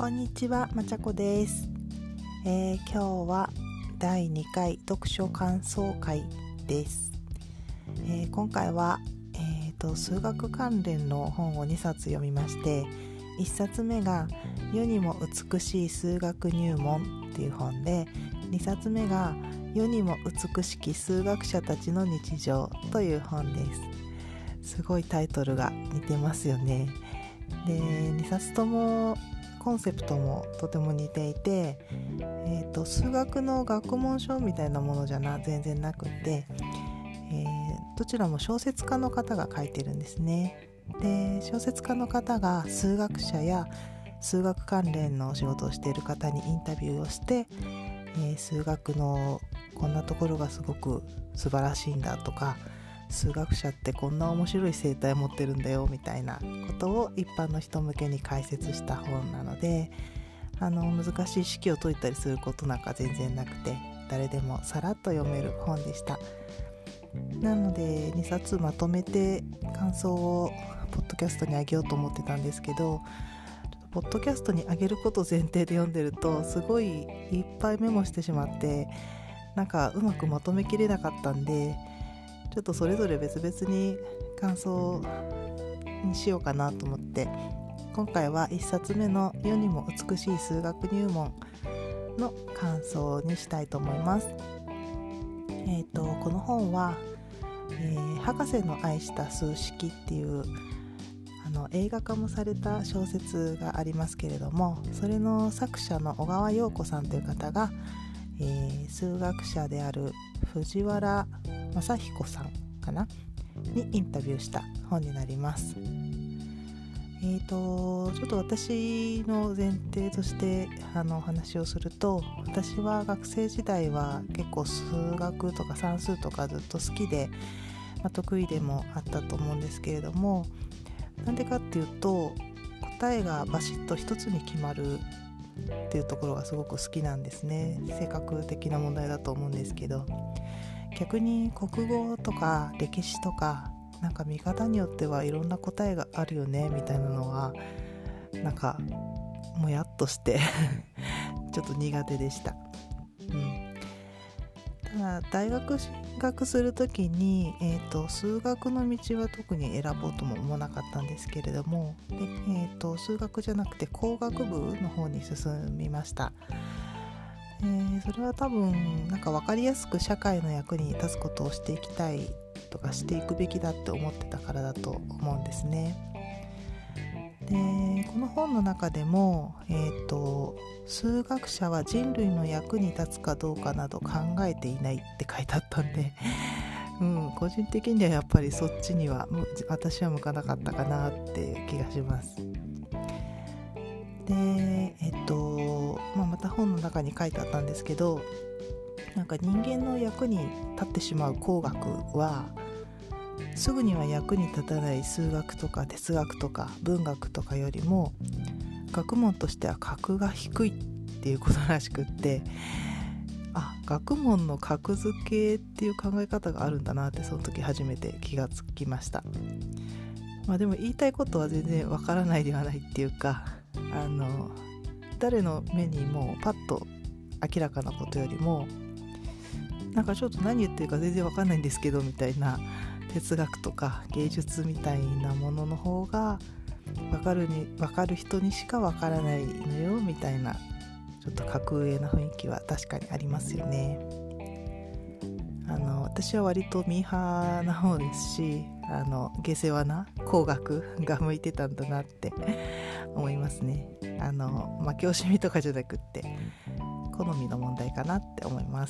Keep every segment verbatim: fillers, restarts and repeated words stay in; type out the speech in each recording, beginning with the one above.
こんにちは、まちゃこです、えー、今日はだいにかい読書感想会です、えー、今回は、えーと、数学関連の本をにさつ読みまして、いっさつめが世にも美しい数学入門っていう本で、にさつめが世にも美しき数学者たちの日常という本です。すごいタイトルが似てますよね。で、にさつともコンセプトもとても似ていて、えーと、数学の学問書みたいなものじゃな全然なくて、えー、どちらも小説家の方が書いてるんですね。で、小説家の方が数学者や数学関連の仕事をしている方にインタビューをして、えー、数学のこんなところがすごく素晴らしいんだとか、数学者ってこんな面白い生態を持ってるんだよみたいなことを一般の人向けに解説した本なので、あの難しい式を解いたりすることなんか全然なくて、誰でもさらっと読める本でした。なのでにさつまとめて感想をポッドキャストにあげようと思ってたんですけど、ポッドキャストにあげること前提で読んでるとすごいいっぱいメモしてしまって、なんかうまくまとめきれなかったんで、ちょっとそれぞれ別々に感想にしようかなと思って、今回はいっさつめの世にも美しい数学入門の感想にしたいと思います。えーと、この本は、えー、博士の愛した数式っていうあの映画化もされた小説がありますけれども、それの作者の小川陽子さんという方が、えー、数学者である藤原正彦さんかなにインタビューした本になります。えーとちょっと私の前提としてあのお話をすると、私は学生時代は結構数学とか算数とかずっと好きで、まあ、得意でもあったと思うんですけれども、なんでかっていうと答えがバシッと一つに決まるっていうところがすごく好きなんですね。性格的な問題だと思うんですけど、逆に国語とか歴史とかなんか見方によってはいろんな答えがあるよねみたいなのはなんかもやっとしてちょっと苦手でした、うん、ただ大学進学するときに、えーと、数学の道は特に選ぼうとも思わなかったんですけれども、で、えーと、数学じゃなくて工学部の方に進みました。えー、それは多分なんか分かりやすく社会の役に立つことをしていきたいとかしていくべきだって思ってたからだと思うんですね。で、この本の中でも、えーと、数学者は人類の役に立つかどうかなど考えていないって書いてあったんで、うん、個人的にはやっぱりそっちには私は向かなかったかなっていう気がします。で、えっとまあ、また本の中に書いてあったんですけど、なんか人間の役に立ってしまう工学はすぐには役に立たない数学とか哲学とか文学とかよりも学問としては格が低いっていうことらしくって、あ、学問の格付けっていう考え方があるんだなってその時初めて気がつきました。まあでも言いたいことは全然わからないではないっていうか、あの誰の目にもパッと明らかなことよりも、なんかちょっと何言ってるか全然わかんないんですけどみたいな哲学とか芸術みたいなものの方が分かるに分かる人にしか分からないのよみたいな、ちょっと格上な雰囲気は確かにありますよね。あの私は割とミーハーな方ですし、あの下世話な工学が向いてたんだなって思いますね。あの負け惜しみとかじゃなくって好みの問題かなって思います。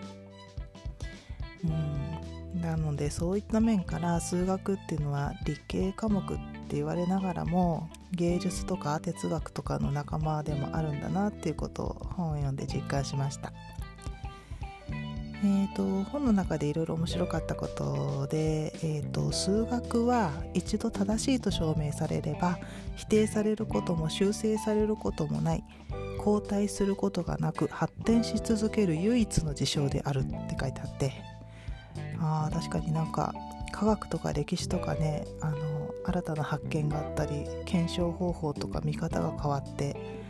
うん、なのでそういった面から数学っていうのは理系科目って言われながらも芸術とか哲学とかの仲間でもあるんだなっていうことを本を読んで実感しました。えーと、本の中でいろいろ面白かったことで、えーと、数学は一度正しいと証明されれば否定されることも修正されることもない、後退することがなく発展し続ける唯一の事象であるって書いてあって、あー確かになんか科学とか歴史とかね、あの新たな発見があったり検証方法とか見方が変わって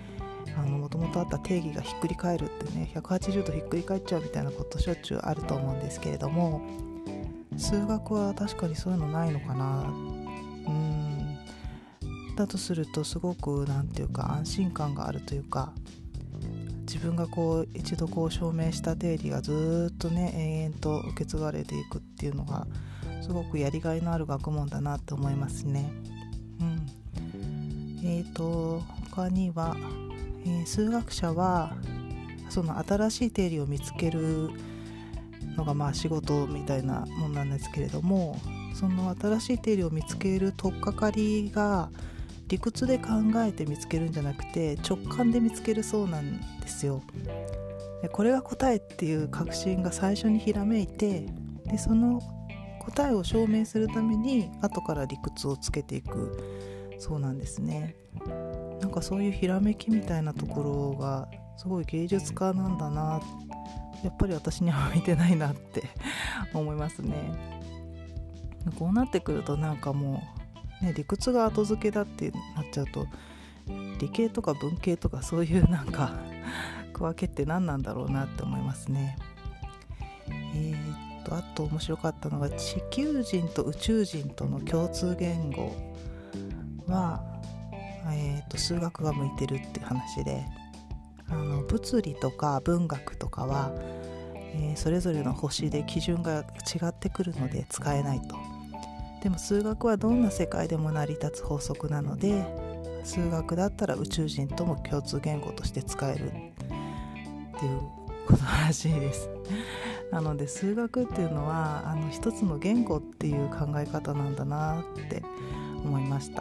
もともとあった定義がひっくり返るってね、ひゃくはちじゅうどひっくり返っちゃうみたいなことしょっちゅうあると思うんですけれども、数学は確かにそういうのないのかな。うーんだとするとすごくなんていうか安心感があるというか、自分がこう一度こう証明した定理がずっとね延々と受け継がれていくっていうのがすごくやりがいのある学問だなと思いますね。うんえーと他には、えー数学者はその新しい定理を見つけるのがまあ仕事みたいなもんなんですけれども、その新しい定理を見つける取っかかりが理屈で考えて見つけるんじゃなくて直感で見つけるそうなんですよ。でこれが答えっていう確信が最初にひらめいて、でその答えを証明するために後から理屈をつけていくそうなんですね。なんかそういうひらめきみたいなところがすごい芸術家なんだな、やっぱり私には向いてないなって思いますね。こうなってくるとなんかもう、ね、理屈が後付けだってなっちゃうと、理系とか文系とかそういうなんか区分けって何なんだろうなって思いますね。えー、っとあと面白かったのが地球人と宇宙人との共通言語は、えー、っと数学が向いてるっていう話で、あの物理とか文学とかは、えー、それぞれの星で基準が違ってくるので使えないと。でも数学はどんな世界でも成り立つ法則なので、数学だったら宇宙人とも共通言語として使えるっていうことらしいです。なので数学っていうのはあの一つの言語っていう考え方なんだなって思いました。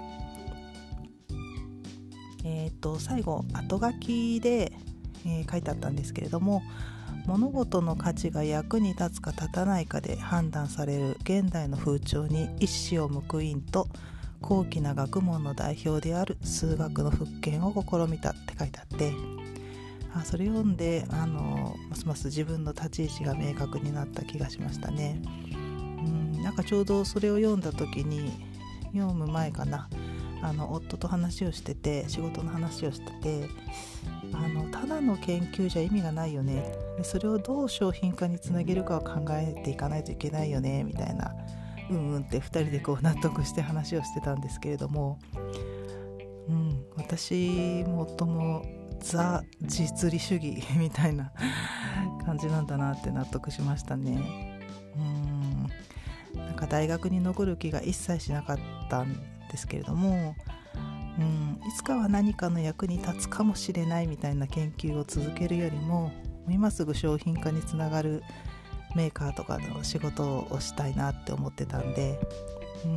えー、と最後後書きで、えー書いてあったんですけれども、物事の価値が役に立つか立たないかで判断される現代の風潮に一矢を報いんと、高貴な学問の代表である数学の復権を試みたって書いてあって、あそれ読んであのますます自分の立ち位置が明確になった気がしましたね。うんなんかちょうどそれを読んだ時に、読む前かな、あの夫と話をしてて、仕事の話をしてて、あのただの研究じゃ意味がないよね、でそれをどう商品化につなげるかを考えていかないといけないよねみたいな、うんうんってふたりでこう納得して話をしてたんですけれども、うん、私も夫もザ実利主義みたいな感じなんだなって納得しましたね。うんなんか大学に残る気が一切しなかったんですけれども、うん、いつかは何かの役に立つかもしれないみたいな研究を続けるよりも、今すぐ商品化につながるメーカーとかの仕事をしたいなって思ってたんで、うん、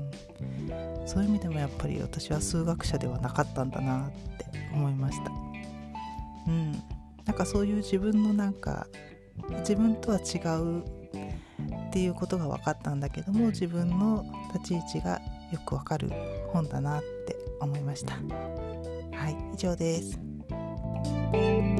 そういう意味でもやっぱり私は数学者ではなかったんだなって思いました。うん、なんかそういう自分のなんか自分とは違うっていうことが分かったんだけども、自分の立ち位置がよくわかる本だなって思いました。はい、以上です。